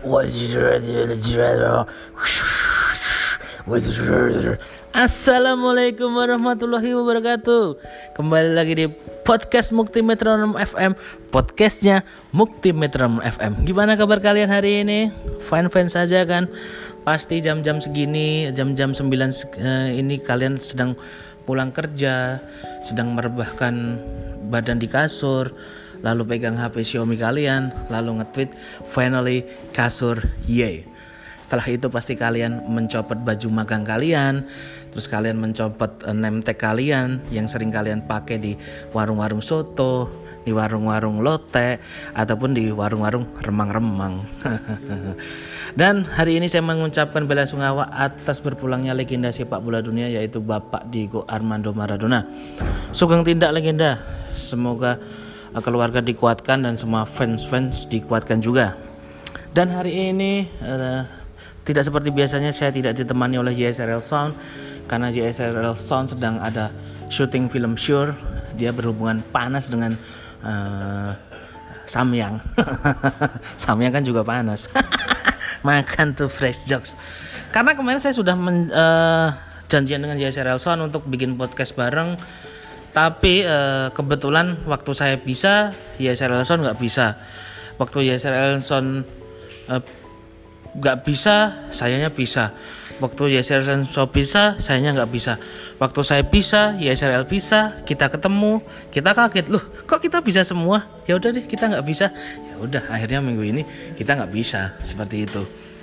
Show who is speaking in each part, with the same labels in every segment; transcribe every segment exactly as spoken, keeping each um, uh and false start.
Speaker 1: Assalamualaikum warahmatullahi wabarakatuh. Kembali lagi di podcast Mukti Metronom F M, podcastnya Mukti Metronom F M. Gimana kabar kalian hari ini? Fine-fine saja kan? Pasti jam-jam segini, jam-jam sembilan uh, ini kalian sedang pulang kerja, sedang merebahkan badan di kasur, lalu pegang H P Xiaomi kalian, lalu nge-tweet finally kasur yay. Setelah itu pasti kalian mencopot baju magang kalian, terus kalian mencopot name tag kalian yang sering kalian pakai di warung-warung soto, di warung-warung lote, ataupun di warung-warung remang-remang. Dan hari ini saya mengucapkan bela sungkawa atas berpulangnya legenda sepak bola dunia, yaitu Bapak Diego Armando Maradona. Sugeng tindak legenda. Semoga keluarga dikuatkan dan semua fans-fans dikuatkan juga. Dan hari ini uh, tidak seperti biasanya, saya tidak ditemani oleh J S R L Sound karena J S R L Sound sedang ada syuting film Sure. Dia berhubungan panas dengan uh, Samyang. Samyang kan juga panas. Makan tuh fresh jokes. Karena kemarin saya sudah men, uh, janjian dengan J S R L Sound untuk bikin podcast bareng. Tapi uh, kebetulan waktu saya bisa, J S R L Sound nggak bisa. Waktu J S R L Sound uh, nggak bisa, sayanya bisa. Waktu Y S R L bisa, sayanya nggak bisa. Waktu saya bisa, Y S R L bisa, kita ketemu, kita kaget, loh kok kita bisa semua? Ya udah deh, kita nggak bisa. Ya udah, akhirnya minggu ini kita nggak bisa, seperti itu.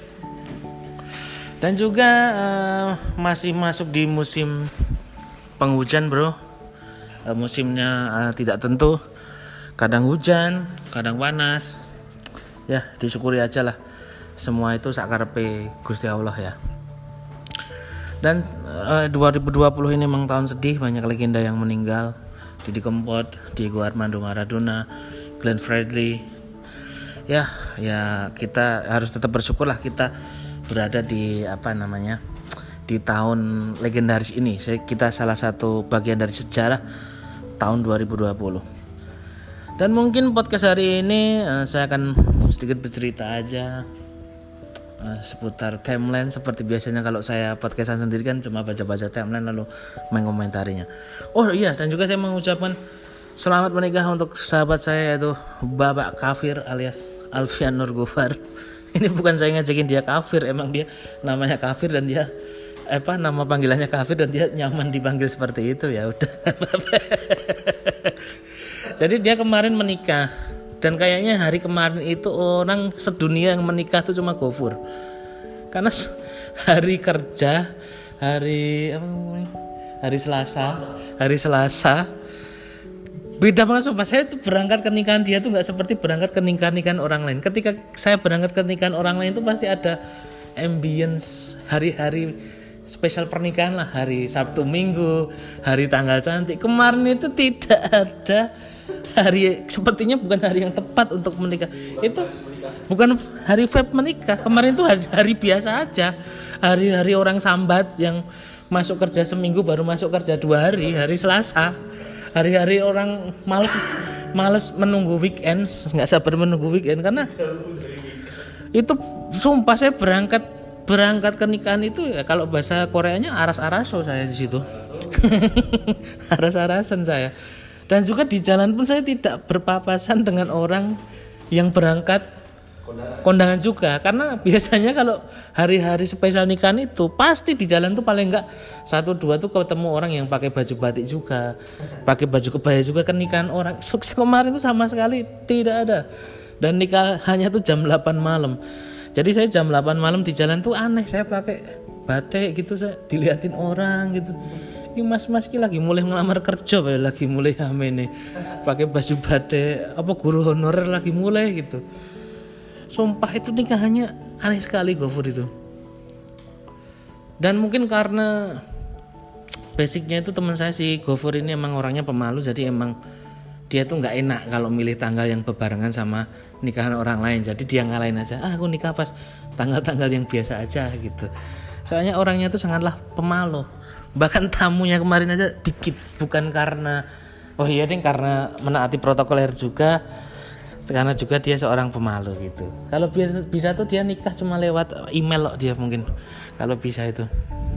Speaker 1: Dan juga uh, masih masuk di musim penghujan, bro. Uh, musimnya uh, tidak tentu. Kadang hujan, kadang panas. Ya, disyukuri aja lah. Semua itu sakarepe Gusti Allah ya. Dan uh, dua ribu dua puluh ini memang tahun sedih, banyak legenda yang meninggal. Didi Kempot, Diego Armando Maradona, Glenn Fredly. Ya, ya kita harus tetap bersyukur lah kita berada di apa namanya? di tahun legendaris ini. Kita salah satu bagian dari sejarah tahun dua ribu dua puluh. Dan mungkin podcast hari ini uh, saya akan sedikit bercerita aja Uh, seputar timeline. Seperti biasanya kalau saya podcastan sendiri kan cuma baca-baca timeline lalu mengomentarinya. Oh iya, dan juga saya mengucapkan selamat menikah untuk sahabat saya, yaitu Bapak Kafir alias Alfian Nurgofar. Ini bukan saya ngajakin dia kafir, emang dia namanya Kafir dan dia apa nama panggilannya Kafir dan dia nyaman dipanggil seperti itu, ya udah. Jadi dia kemarin menikah. Dan kayaknya hari kemarin itu orang sedunia yang menikah itu cuma Gofur. Karena hari kerja, hari apa namanya? Hari Selasa, hari Selasa. Beda banget sumpah. Saya tuh berangkat ke nikahan dia tuh enggak seperti berangkat ke nikahan-nikahan orang lain. Ketika saya berangkat ke nikahan orang lain itu pasti ada ambience hari-hari spesial pernikahan lah, hari Sabtu Minggu, hari tanggal cantik. Kemarin itu tidak ada hari, sepertinya bukan hari yang tepat untuk menikah. Itu bukan hari vibe menikah. Kemarin itu hari, hari biasa aja. Hari-hari orang sambat yang masuk kerja seminggu baru masuk kerja dua hari, hari Selasa. Hari-hari orang males males menunggu weekend, nggak sabar menunggu weekend karena itu sumpah saya berangkat berangkat ke nikahan itu ya kalau bahasa Koreanya aras-araso saya di situ. Aras-arasan saya. Dan juga di jalan pun saya tidak berpapasan dengan orang yang berangkat kondangan juga. Karena biasanya kalau hari-hari spesial nikahan itu pasti di jalan tuh paling enggak satu dua tuh ketemu orang yang pakai baju batik juga, pakai baju kebaya juga ke nikahan orang. Kemarin tuh sama sekali tidak ada. Dan nikahannya tuh jam delapan malam. Jadi saya jam delapan malam di jalan tuh aneh, saya pakai batik gitu, saya diliatin orang gitu. Ini mas-mas ki lagi mulai ngelamar kerja, lagi mulai hamil nih, pakai baju batik, apa guru honorer lagi mulai gitu. Sumpah itu nikahannya aneh sekali Gofur itu. Dan mungkin karena basicnya itu teman saya si Gofur ini emang orangnya pemalu, jadi emang dia tuh nggak enak kalau milih tanggal yang berbarengan sama nikahan orang lain. Jadi dia ngalahin aja, ah aku nikah pas tanggal-tanggal yang biasa aja gitu. Soalnya orangnya tuh sangatlah pemalu. Bahkan tamunya kemarin aja dikit, bukan karena oh iya ding karena menaati protokoler juga, karena juga dia seorang pemalu gitu. Kalau bisa, bisa tuh dia nikah cuma lewat email loh dia mungkin. Kalau bisa itu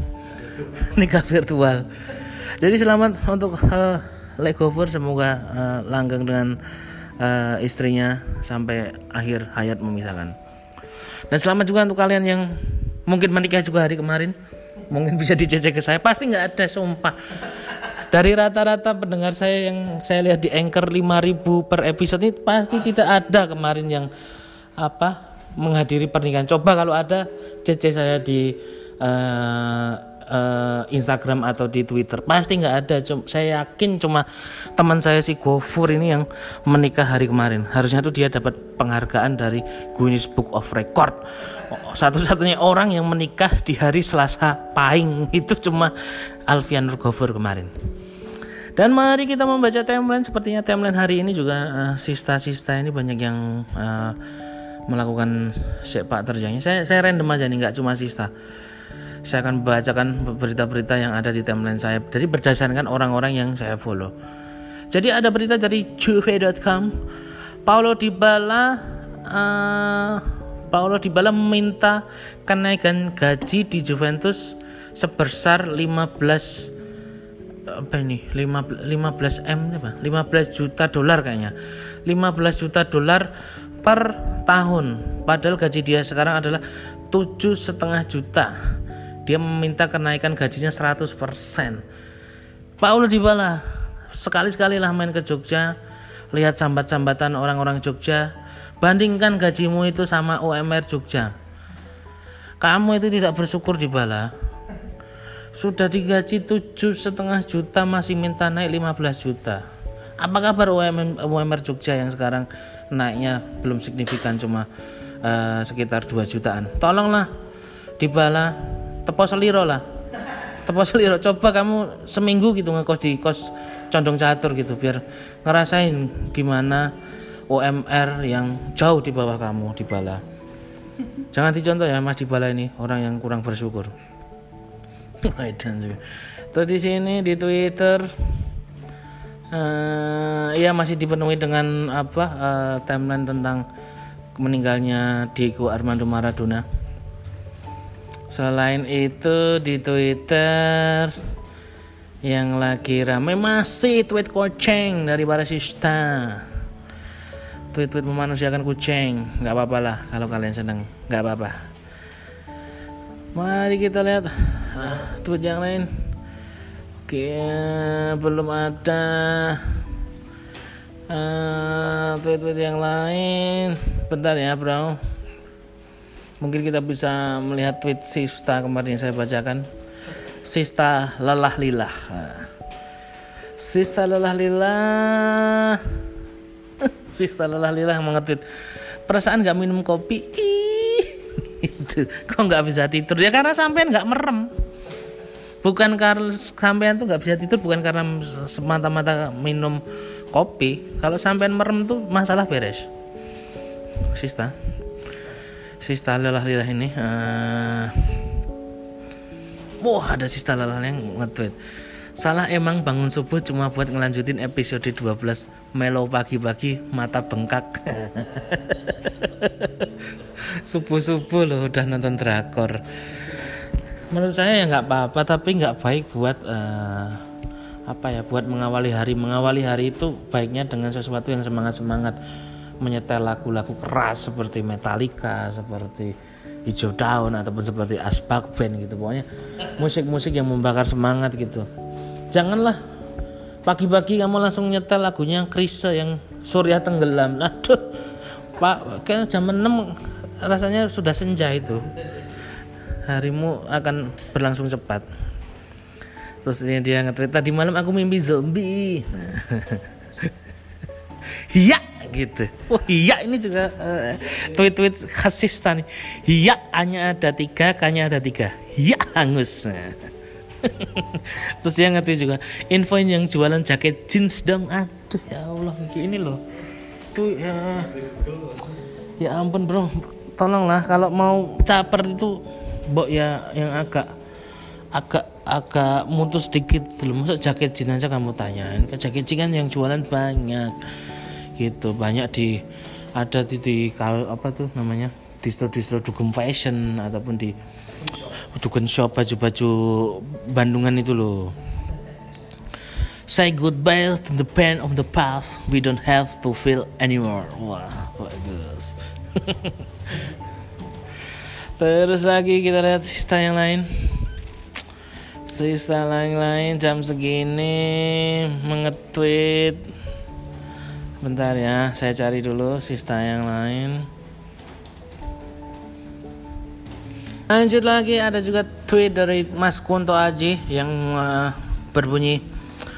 Speaker 1: nikah virtual. Jadi selamat untuk uh, Legover, semoga uh, langgeng dengan uh, istrinya sampai akhir hayat memisahkan. Dan selamat juga untuk kalian yang mungkin menikah juga hari kemarin. Mungkin bisa dicecek ke saya, pasti nggak ada, sumpah. Dari rata-rata pendengar saya yang saya lihat di Anchor lima ribu per episode ini, pasti tidak ada kemarin yang apa menghadiri pernikahan. Coba kalau ada, cecek saya di uh, uh, Instagram atau di Twitter, pasti nggak ada. Cuma, saya yakin cuma teman saya si Gofur ini yang menikah hari kemarin. Harusnya tuh dia dapat penghargaan dari Guinness Book of Record. Satu-satunya orang yang menikah di hari Selasa Pahing itu cuma Alfian Nurgofur kemarin. Dan mari kita membaca timeline. Sepertinya timeline hari ini juga uh, sista-sista ini banyak yang uh, melakukan sepak terjangnya. Saya, saya random aja nih, nggak cuma sista. Saya akan bacakan berita-berita yang ada di timeline saya. Jadi berdasarkan orang-orang yang saya follow. Jadi ada berita dari juve dot com. Paulo Dybala uh, Paulo Dybala meminta kenaikan gaji di Juventus sebesar lima belas apa ini lima belas M apa lima belas juta dolar kayaknya lima belas juta dolar per tahun, padahal gaji dia sekarang adalah tujuh setengah juta. Dia meminta kenaikan gajinya seratus persen. Paulo Dybala, sekali-sekali lah main ke Jogja, lihat sambat-sambatan orang-orang Jogja, bandingkan gajimu itu sama U M R Jogja. Kamu itu tidak bersyukur, Dybala. Sudah digaji tujuh setengah juta masih minta naik lima belas juta. Apa kabar U M R Jogja yang sekarang naiknya belum signifikan, cuma uh, sekitar dua jutaan. Tolonglah Dybala, tepos seliro lah. Tepos seliro, coba kamu seminggu gitu ngekos di kos Condong Catur gitu, biar ngerasain gimana U M R yang jauh di bawah kamu, Dybala. Jangan dicontoh ya Mas Dybala ini, orang yang kurang bersyukur. Terus di sini di Twitter, uh, ya masih dipenuhi dengan apa uh, timeline tentang meninggalnya Diego Armando Maradona. Selain itu di Twitter yang lagi ramai masih tweet kucing dari Barasista. Tweet-tweet memanusiakan kucing, nggak apa-apa lah kalau kalian senang, nggak apa-apa. Mari kita lihat ah, tweet yang lain. Oke, belum ada uh, tweet-tweet yang lain. Bentar ya bro, mungkin kita bisa melihat tweet Sista kemarin yang saya bacakan. Sista lelah lilah. Sista lelah lilah. Sista lelah lilah mengetweet, perasaan gak minum kopi. Ih, itu kok gak bisa tidur ya, karena sampean gak merem. Bukan karena sampean tuh gak bisa tidur bukan karena semata-mata minum kopi. Kalau sampean merem tuh masalah beres. Sista Sista lelah lilah ini uh... wah, ada Sista lelah yang nge-tweet, salah emang bangun subuh cuma buat ngelanjutin episode dua belas melo pagi-pagi mata bengkak. Subuh-subuh loh udah nonton drakor. Menurut saya ya nggak apa-apa, tapi nggak baik buat uh, apa ya buat mengawali hari. Mengawali hari itu baiknya dengan sesuatu yang semangat-semangat, menyetel lagu-lagu keras seperti Metallica, seperti Hijau Daun, ataupun seperti Asbak Band gitu. Pokoknya musik-musik yang membakar semangat gitu. Janganlah pagi-pagi kamu langsung nyetel lagunya Chrisye yang Surya Tenggelam. Aduh Pak, kayaknya jam enam rasanya sudah senja itu. Harimu akan berlangsung cepat. Terus ini dia nge-tweet, tadi malam aku mimpi zombie. Iya gitu. Wah iya, ini juga uh, tweet-tweet khas Sista nih. Iya hanya ada tiga, kanya ada tiga. Iya hangus. Terus dia nge-tweet juga, infoin yang jualan jaket jeans dong. Aduh ya Allah, ini loh. Tuh ya. Ya ampun bro, tolonglah kalau mau caper itu mbok ya yang agak agak agak mutus sedikit dulu. Masa jaket jeans aja kamu tanyain? Ke jaket jeans kan yang jualan banyak gitu, banyak di ada di, di apa tuh namanya distro-distro dugem fashion ataupun di dugem shop baju-baju Bandungan itu loh. Say goodbye to the pain of the past, we don't have to feel anymore. Wah, bagus. Terus lagi kita lihat sista yang lain. Sista lain-lain jam segini mengetweet. Bentar ya, saya cari dulu sista yang lain. Lanjut lagi, ada juga tweet dari Mas Kunto Aji yang uh, berbunyi,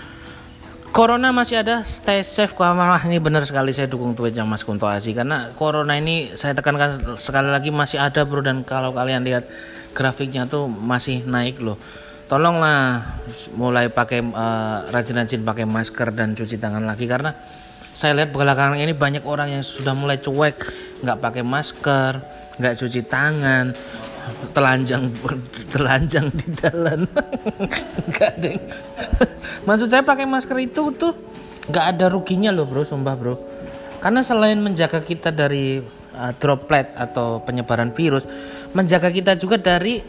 Speaker 1: Corona masih ada, stay safe. Wah, ini benar sekali, saya dukung tweet yang Mas Kunto Aji, karena Corona ini saya tekankan sekali lagi masih ada bro, dan kalau kalian lihat grafiknya tuh masih naik loh. Tolonglah mulai pakai uh, rajin-rajin pakai masker dan cuci tangan lagi, karena saya lihat belakangan ini banyak orang yang sudah mulai cuek, nggak pakai masker, nggak cuci tangan, telanjang telanjang di jalan. Nggak ada. Maksud saya pakai masker itu tuh nggak ada ruginya loh bro, sumpah bro. Karena selain menjaga kita dari uh, droplet atau penyebaran virus, menjaga kita juga dari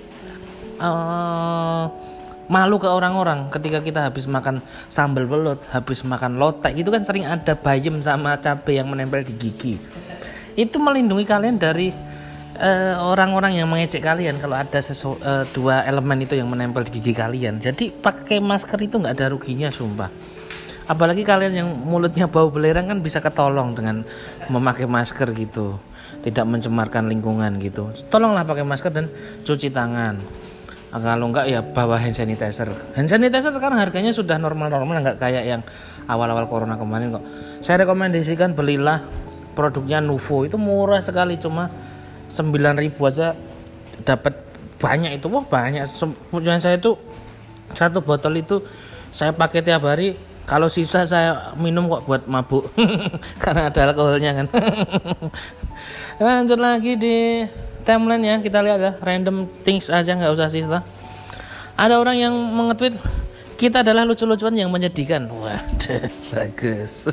Speaker 1: uh, malu ke orang-orang. Ketika kita habis makan sambal belut, habis makan lotek, itu kan sering ada bayam sama cabai yang menempel di gigi. Itu melindungi kalian dari uh, orang-orang yang mengejek kalian kalau ada sesu, uh, dua elemen itu yang menempel di gigi kalian. Jadi pakai masker itu nggak ada ruginya sumpah. Apalagi kalian yang mulutnya bau belerang kan bisa ketolong dengan memakai masker gitu, tidak mencemarkan lingkungan gitu. Tolonglah pakai masker dan cuci tangan. Nah, kalau enggak ya bawa hand sanitizer. Hand sanitizer sekarang harganya sudah normal-normal, enggak kayak yang awal-awal corona kemarin kok. Saya rekomendasikan belilah produknya Nuvo, itu murah sekali, cuma sembilan ribu aja dapat banyak itu. Wah banyak. Punya saya itu satu botol itu saya pakai tiap hari. Kalau sisa saya minum kok buat mabuk. Karena ada alkoholnya kan. Lanjut lagi di timeline ya, kita lihat ya, random things aja, nggak usah sisa. Ada orang yang mengetweet, kita adalah lucu-lucuan yang menyedihkan. Waduh, bagus.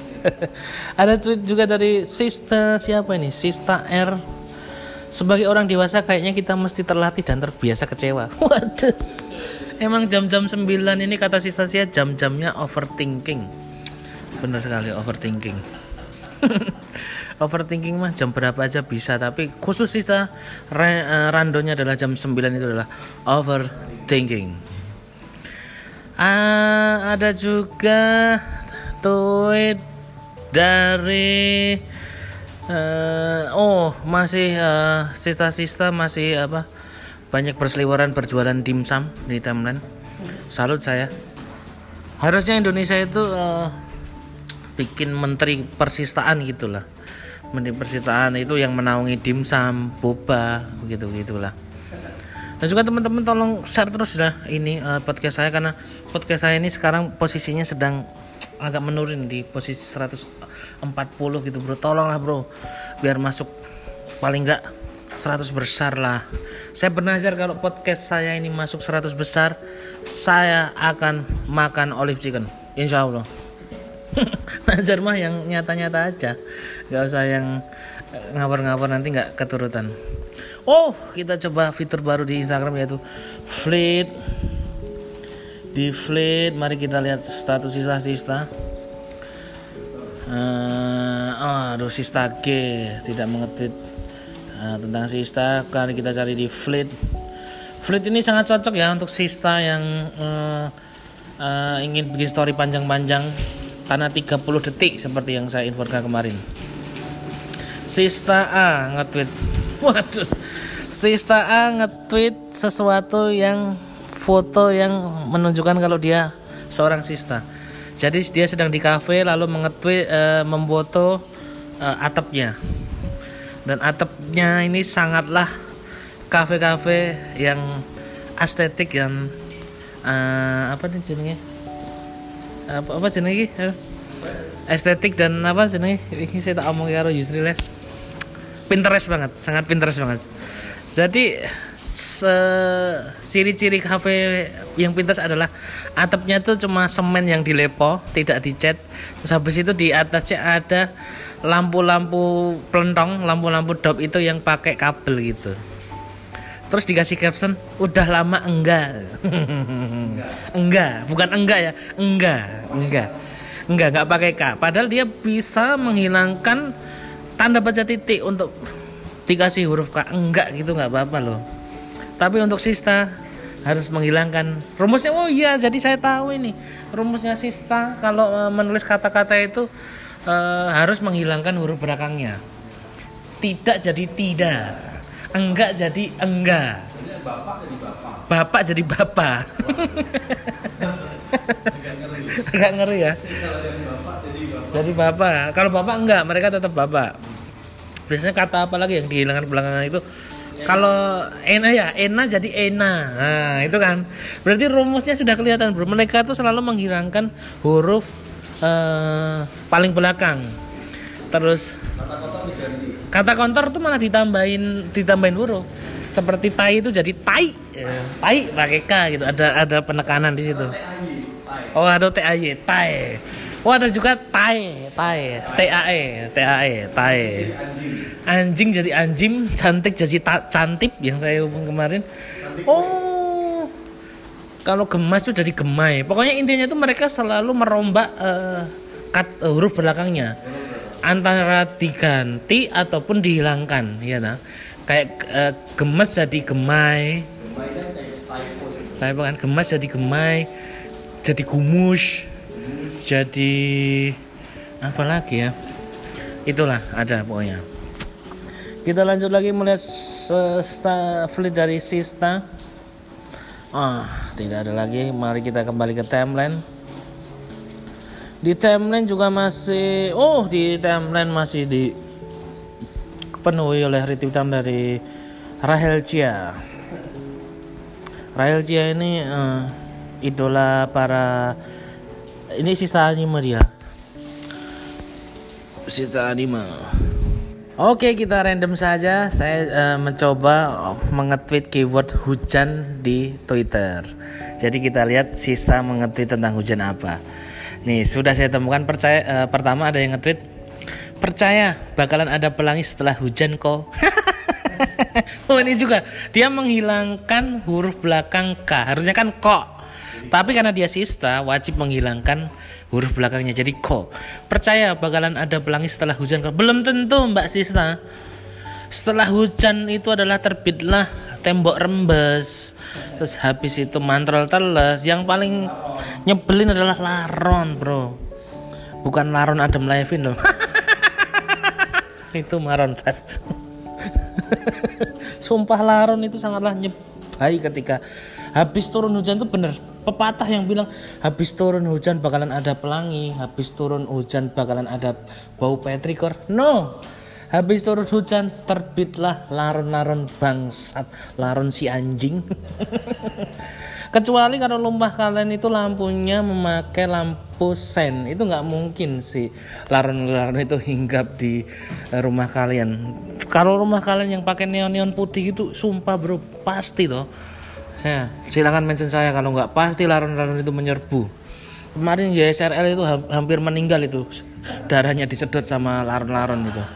Speaker 1: Ada tweet juga dari Sista, siapa ini? Sista R. Sebagai orang dewasa kayaknya kita mesti terlatih dan terbiasa kecewa. Waduh. Emang jam-jam sembilan ini kata Sista Sia jam-jamnya overthinking. Benar sekali, overthinking. Overthinking mah jam berapa aja bisa, tapi khusus Sista randonya adalah jam sembilan, itu adalah overthinking. Ah, ada juga tweet dari uh, oh masih uh, Sista-sista masih apa banyak berseliweran berjualan dimsum di timeline. Salut saya. Harusnya Indonesia itu uh, bikin menteri persistaan gitulah. Menteri persistaan itu yang menaungi dimsum, boba, begitu-gitulah. Dan juga teman-teman tolong share terus lah ini uh, podcast saya, karena podcast saya ini sekarang posisinya sedang agak menurun di posisi seratus empat puluh gitu bro. Tolonglah bro, biar masuk paling enggak seratus besar lah. Saya bernazar kalau podcast saya ini masuk seratus besar, saya akan makan olive chicken, insya Allah. Nazar mah yang nyata-nyata aja, gak usah yang ngawur-ngawur, nanti gak keturutan. Oh, kita coba fitur baru di Instagram, yaitu Fleet. Di Fleet, mari kita lihat status sisa-sisa. uh, Aduh, Sista G tidak mengetweet Nah, tentang Sista. Kali kita cari di Fleet. Fleet ini sangat cocok ya untuk Sista yang uh, uh, ingin bikin story panjang-panjang, karena tiga puluh detik seperti yang saya infokan kemarin. Sista A nge-tweet. Waduh. Sista A nge-tweet sesuatu yang foto yang menunjukkan kalau dia seorang Sista. Jadi dia sedang di kafe lalu mengetweet uh, memfoto uh, atapnya. Dan atapnya ini sangatlah kafe-kafe yang estetik, yang uh, apa nih jenenge? Apa apa jenenge iki? Estetik dan apa jenenge? Iki saya tak omong karo Yusri lah. Pinterest banget, sangat Pinterest banget. Jadi se- ciri-ciri kafe yang pintas adalah atapnya tuh cuma semen yang dilepo, tidak dicat. Terus habis itu di atasnya ada lampu-lampu pelentong, lampu-lampu dop itu yang pakai kabel gitu. Terus dikasih caption, udah lama enggak. Enggak, bukan enggak ya, enggak, enggak. Enggak, enggak pakai K. Padahal dia bisa menghilangkan tanda baca titik untuk dikasih huruf K. Enggak gitu, enggak apa-apa loh. Tapi untuk Sista harus menghilangkan rumusnya. Oh iya, jadi saya tahu ini. Rumusnya Sista kalau e, menulis kata-kata itu e, harus menghilangkan huruf belakangnya. Tidak jadi tidak. Enggak jadi enggak. Bapak jadi bapak. Bapak jadi bapak. Agak ngeri ya. Jadi bapak. Kalau bapak enggak, mereka tetap bapak. Biasanya kata apa lagi yang dihilangkan belakangan itu? Kalau ena ya, ena jadi ena. Nah, itu kan. Berarti rumusnya sudah kelihatan, bro. Mereka tuh selalu menghilangkan huruf uh, paling belakang. Terus kata kontor tuh malah ditambahin ditambahin huruf. Seperti tai itu jadi tai. Tai pakai K gitu. Ada ada penekanan di situ. Oh, ada T A Y, tai. Oh, ada juga tai, tai, T A E, T A E, tai. Anjing jadi anjing, cantik jadi ta- cantip yang saya hubung kemarin. Oh, kalau gemas itu jadi gemai. Pokoknya intinya itu mereka selalu merombak uh, kat, uh, huruf belakangnya antara diganti ataupun dihilangkan, ya nah. Kayak uh, gemes jadi gemai. Tapi kan gemas jadi gemai, jadi gumus, jadi apa lagi ya? Itulah ada pokoknya. Kita lanjut lagi melihat uh, fleet dari Sista. Ah, tidak ada lagi. Mari kita kembali ke timeline. Di timeline juga masih, oh di timeline masih dipenuhi oleh retweetan dari Rahel Chia. Rahel Chia ini uh, idola para, ini Sista anime dia. Sista anime. Oke, kita random saja. Saya uh, mencoba mengetweet keyword hujan di Twitter. Jadi kita lihat Sista mengetweet tentang hujan apa. Nih, sudah saya temukan. Percaya uh, pertama ada yang ngetweet, percaya bakalan ada pelangi setelah hujan kok. Oh, ini juga dia menghilangkan huruf belakang K. Harusnya kan kok. Tapi karena dia Sista wajib menghilangkan huruf belakangnya jadi ko. Percaya bakalan ada pelangi setelah hujan kok. Belum tentu Mbak Sista. Setelah hujan itu adalah terbitlah tembok rembes. Terus habis itu mantrol teles. Yang paling nyebelin adalah laron, bro. Bukan laron Adam Levine loh. Itu Maroon five. Sumpah laron itu sangatlah nyebai ketika habis turun hujan tuh bener. Pepatah yang bilang habis turun hujan bakalan ada pelangi, habis turun hujan bakalan ada bau petrikor. No, habis turun hujan terbitlah laron-laron bangsat, laron si anjing. Kecuali kalau rumah kalian itu lampunya memakai lampu sen, itu nggak mungkin sih laron-laron itu hinggap di rumah kalian. Kalau rumah kalian yang pakai neon-neon putih itu, sumpah bro, pasti loh. Ya, silakan mention saya kalau nggak, pasti laron-laron itu menyerbu. Kemarin Y S R L itu hampir meninggal itu, darahnya disedot sama laron-laron itu.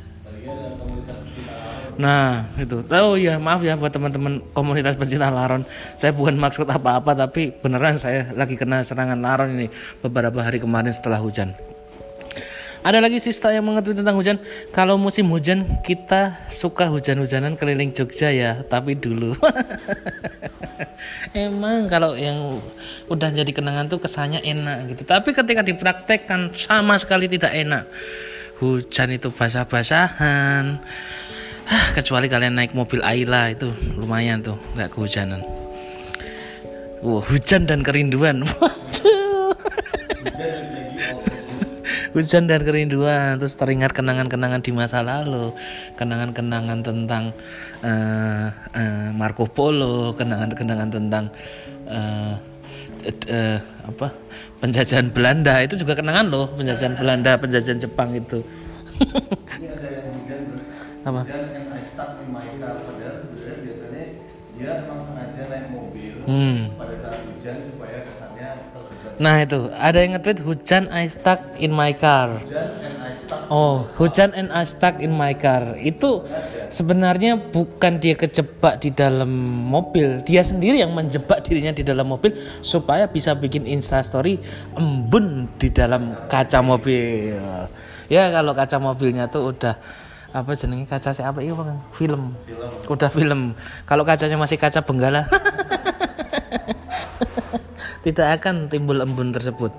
Speaker 1: Nah itu, oh iya maaf ya buat teman-teman komunitas pencinta laron, saya bukan maksud apa-apa, tapi beneran saya lagi kena serangan laron ini beberapa hari kemarin setelah hujan. Ada lagi Sista yang mengetweet tentang hujan. Kalau musim hujan kita suka hujan-hujanan keliling Jogja ya, tapi dulu. Emang kalau yang udah jadi kenangan tuh kesannya enak gitu. Tapi ketika dipraktekkan sama sekali tidak enak. Hujan itu basah-basahan. Ah, kecuali kalian naik mobil Ayla itu lumayan tuh, nggak kehujanan. Wow, hujan dan kerinduan. Waduh. Hujan dan kerinduan, terus teringat kenangan-kenangan di masa lalu, kenangan-kenangan tentang uh, uh, Marco Polo, kenangan-kenangan tentang uh, uh, apa penjajahan Belanda, itu juga kenangan loh, penjajahan Belanda, penjajahan Jepang itu. Apa?
Speaker 2: dia memang sengaja naik mobil
Speaker 1: hmm.
Speaker 2: pada saat hujan supaya kesannya terjebak.
Speaker 1: Nah itu ada yang nge-tweet hujan I stuck in my car.
Speaker 2: Hujan and I stuck.
Speaker 1: Oh, hujan and I stuck in my car. Itu sebenarnya bukan dia kejebak di dalam mobil, dia sendiri yang menjebak dirinya di dalam mobil supaya bisa bikin instastory embun di dalam kaca mobil. Ya kalau kaca mobilnya tuh udah apa jenenge kaca siapa itu bang? Film. film. Udah film. Kalau kacanya masih kaca benggala, tidak akan timbul embun tersebut.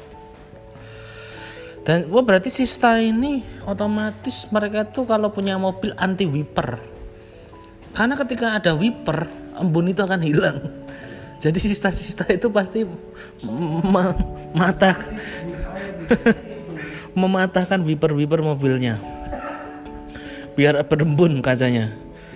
Speaker 1: Dan wah berarti Sista ini otomatis mereka tuh kalau punya mobil anti wiper. Karena ketika ada wiper, embun itu akan hilang. Jadi Sista-sista itu pasti mematah mematahkan wiper-wiper mobilnya. Biar berembun kacanya.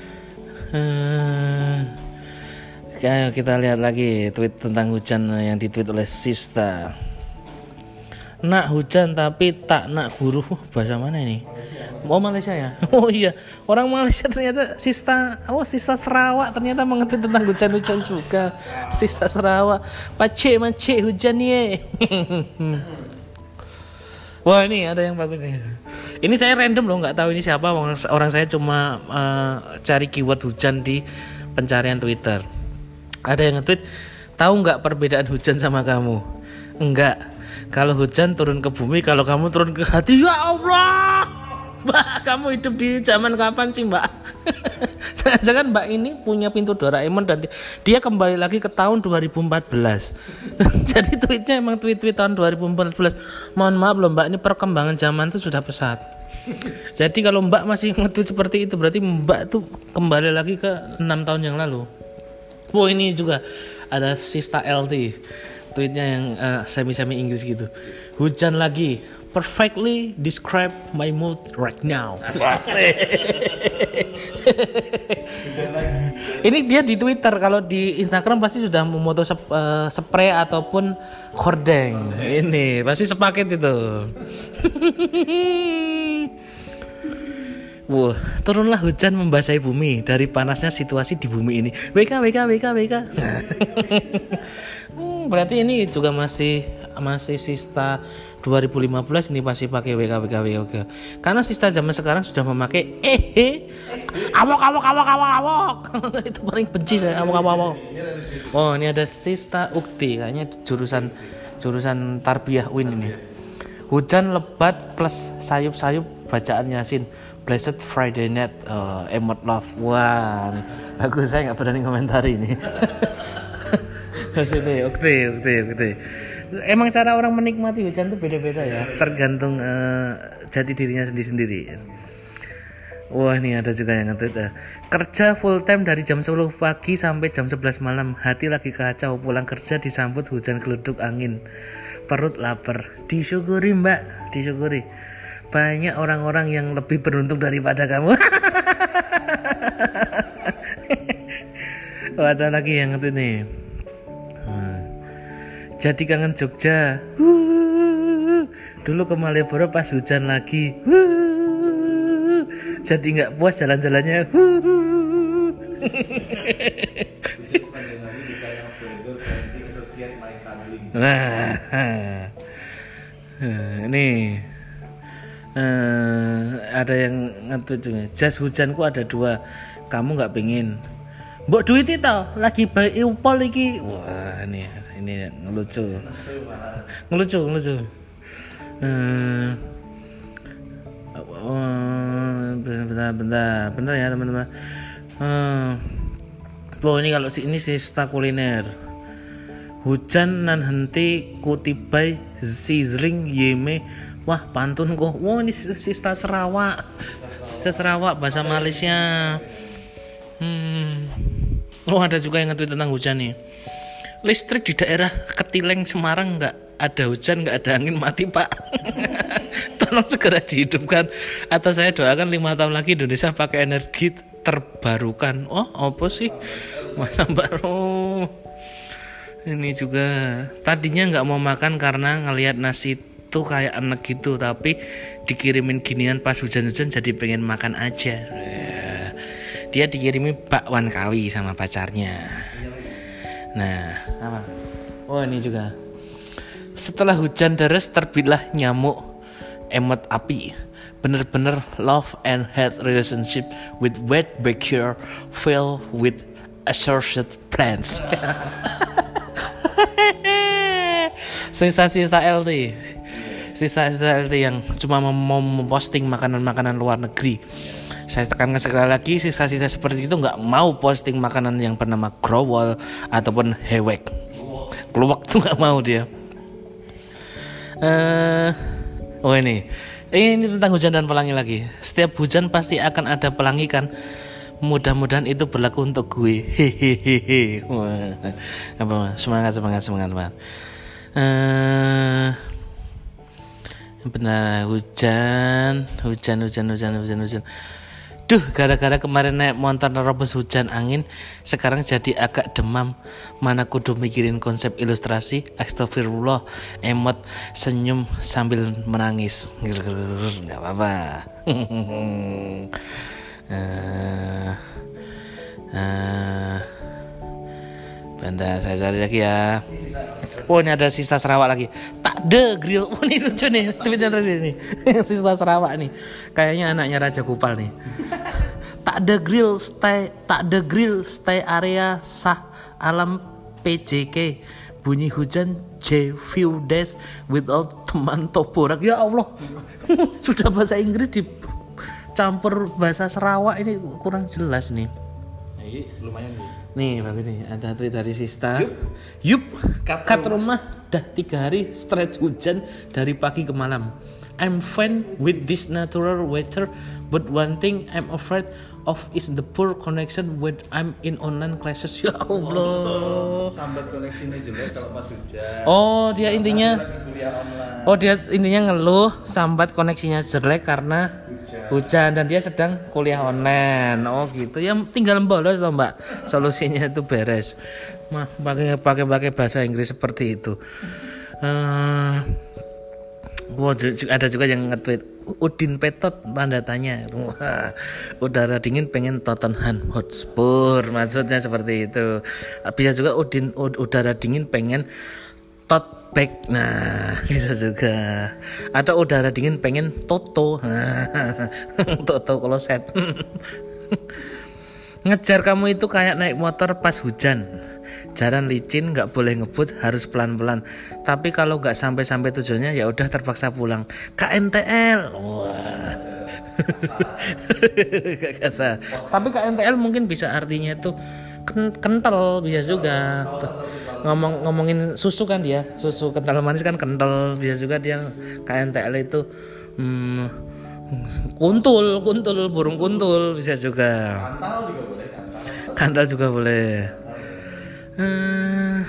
Speaker 1: Hmm. Ayo kita lihat lagi tweet tentang hujan yang ditweet oleh Sista. Nak hujan tapi tak nak guru. Bahasa mana ini? Oh Malaysia ya? Oh iya, orang Malaysia ternyata Sista. Oh Sista Sarawak ternyata mengerti tentang hujan-hujan juga. Sista Sarawak. Pacik macik hujan ye. Wah ini ada yang bagus nih. Ini saya random loh, nggak tahu ini siapa. Orang saya cuma uh, cari keyword hujan di pencarian Twitter. Ada yang nge-tweet, tahu nggak perbedaan hujan sama kamu? Enggak. Kalau hujan turun ke bumi, kalau kamu turun ke hati. Ya Allah, Mbak, kamu hidup di zaman kapan sih Mbak? Jangan-jangan Mbak ini punya pintu Doraemon dan dia kembali lagi ke tahun dua ribu empat belas. Jadi tweetnya emang tweet-tweet tahun dua ribu empat belas. Mohon maaf loh Mbak, ini perkembangan zaman tuh sudah pesat. Jadi kalau Mbak masih nge-tweet seperti itu, berarti Mbak tuh kembali lagi ke enam tahun yang lalu. Oh ini juga ada Sista L T. Tweetnya yang uh, semi-semi Inggris gitu. Hujan lagi, perfectly describe my mood right now. Ini dia di Twitter, kalau di Instagram pasti sudah memoto sep, uh, spray ataupun hordeng. Ini pasti sepaket itu. Wah, turunlah hujan membasahi bumi dari panasnya situasi di bumi ini. W K W K W K W K. Hmm, berarti ini juga masih masih Sista dua ribu lima belas ini masih pakai W K W K W K. Karena Sista zaman sekarang sudah memakai eh awok awok awok awok awok. Itu paling benci saya, awok awok awok. Oh, ini ada Sista Ukti, kayaknya jurusan jurusan Tarbiyah U I N ini. Hujan lebat plus sayup-sayup bacaan Yasin. Blessed Friday night, uh, emot love. Wah, bagus, saya nggak berani komentar ini. Maksudnya, oke, oke, oke. Emang cara orang menikmati hujan itu beda-beda ya, tergantung uh, jati dirinya sendiri-sendiri. Wah, ini ada juga yang nge-tweet uh, kerja full time dari jam sepuluh pagi sampai jam sebelas malam. Hati lagi kacau, pulang kerja disambut hujan geluduk angin. Perut lapar. Disyukuri Mbak, disyukuri. Banyak orang-orang yang lebih beruntung daripada kamu. Oh, ada lagi yang nge-tweet nih. Hmm. Jadi kangen Jogja. Dulu ke Malioboro pas hujan lagi. Jadi nggak puas jalan-jalannya. Nah, ini uh, ada yang ngetweet juga. Jas hujanku ada dua. Kamu nggak pengen? Mbok duit itu lagi bayi upol iki. Wah, ini ini ngelucu. Ngelucu, ngelucu. Uh, uh, bentar, bentar, bentar ya teman-teman. Uh, oh ini kalau ini Sista kuliner. Hujan nan henti kutibai sizzling yeme. Wah pantun kok. Wah ini Sista Sarawak. Sista Sarawak bahasa Malaysia. Hmm. Oh ada juga yang nge-tweet tentang hujan nih. Listrik di daerah Ketileng Semarang nggak ada hujan, nggak ada angin, mati pak. Tolong segera dihidupkan. Atau saya doakan lima tahun lagi Indonesia pakai energi terbarukan. Oh apa sih? Mana baru? Ini juga tadinya nggak mau makan karena ngelihat nasi itu kayak enak gitu, tapi dikirimin ginian pas hujan-hujan jadi pengen makan aja. Ya. dia dikirimi bakwan kawi sama pacarnya. Nah, apa? Oh ini juga. Setelah hujan deras terbitlah nyamuk emot api. Bener-bener love and hate relationship with wet backyard filled with assorted plants. Sista-sista L T, sista-sista L T yang cuma mau memposting makanan-makanan luar negeri. Saya tekankan sekali lagi, sisa-sisa seperti itu nggak mau posting makanan yang bernama growol ataupun hewek. Keluak tuh nggak mau dia. Uh, oh ini, ini tentang hujan dan pelangi lagi. Setiap hujan pasti akan ada pelangi kan. Mudah-mudahan itu berlaku untuk gue. Hehehe. Apa? Semangat, semangat, semangat, semangat. Uh, benar hujan, hujan, hujan, hujan, hujan, hujan. Duh, gara-gara kemarin naik motor nerobos hujan angin, sekarang jadi agak demam. Mana kudu mikirin konsep ilustrasi. Astagfirullah, emot senyum sambil menangis. Nggak apa-apa. uh, uh, Bentar, saya cari lagi ya. Oh, ini ada sista Sarawak lagi. Tak de grill. Oh, ini lucu nih. Tweetnya tadi nih. Sista Sarawak nih. Kayaknya anaknya Raja Kupal nih. Tak de grill stay, tak de grill stay area sah alam P J K. Bunyi hujan J few days without teman toporak. Ya Allah. Sudah bahasa Inggris dicampur bahasa Sarawak, ini kurang jelas nih.
Speaker 2: Ini lumayan nih.
Speaker 1: Nih bagus nih, ada tweet dari Sista. Yup, cut, cut rumah dah tiga hari straight hujan dari pagi ke malam. I'm fine with this natural weather, but one thing I'm afraid of is the poor connection when I'm in online classes. Ya Allah.
Speaker 2: Oh, sambat koneksinya jelek kalau pas hujan.
Speaker 1: Oh, dia intinya
Speaker 2: kuliah online.
Speaker 1: Oh, dia intinya ngeluh sambat koneksinya jelek karena hujan. hujan dan dia sedang kuliah online. Oh, gitu. Ya tinggal bolos loh, Mbak. Solusinya itu beres. Mah, pakai pakai pakai bahasa Inggris seperti itu. Uh, wow, ada juga yang nge-tweet Udin Petot tanda tanya. Wah, udara dingin pengen Tottenham Hotspur, maksudnya seperti itu. Bisa juga Udin udara dingin pengen Tot back. Nah, bisa juga. Atau udara dingin pengen Toto. Toto kloset. Ngejar kamu itu kayak naik motor pas hujan. Jalan licin, nggak boleh ngebut, harus pelan-pelan. Tapi kalau nggak sampai-sampai tujuannya, ya udah terpaksa pulang. K N T L, wah, gak kasar. Tapi K N T L mungkin bisa artinya itu kental, bisa juga. Ngomong ngomongin susu kan dia, susu kental manis kan kental, bisa juga dia K N T L itu hmm, kuntul, kuntul, burung kuntul, bisa juga.
Speaker 2: Kantal juga boleh, kantal.
Speaker 1: Kantal juga boleh. Uh,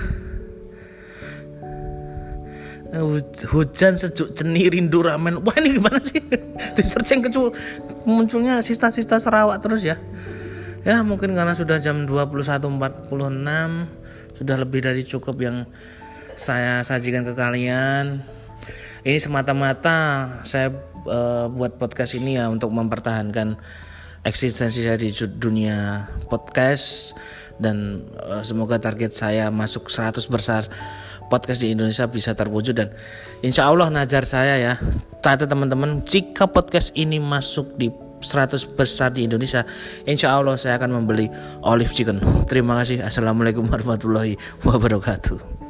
Speaker 1: hujan sejuk ceni rindu ramen. Wah, ini gimana sih? Di searching kecu munculnya sista-sista Sarawak terus ya. Ya mungkin karena sudah jam dua puluh satu empat puluh enam, sudah lebih dari cukup yang saya sajikan ke kalian. Ini semata-mata saya uh, buat podcast ini ya untuk mempertahankan eksistensi saya di dunia podcast. Dan uh, semoga target saya masuk seratus besar podcast di Indonesia bisa terwujud. Dan insya Allah najar saya ya, catat teman-teman, jika podcast ini masuk di seratus besar di Indonesia, insya Allah saya akan membeli olive chicken. Terima kasih. Assalamualaikum warahmatullahi wabarakatuh.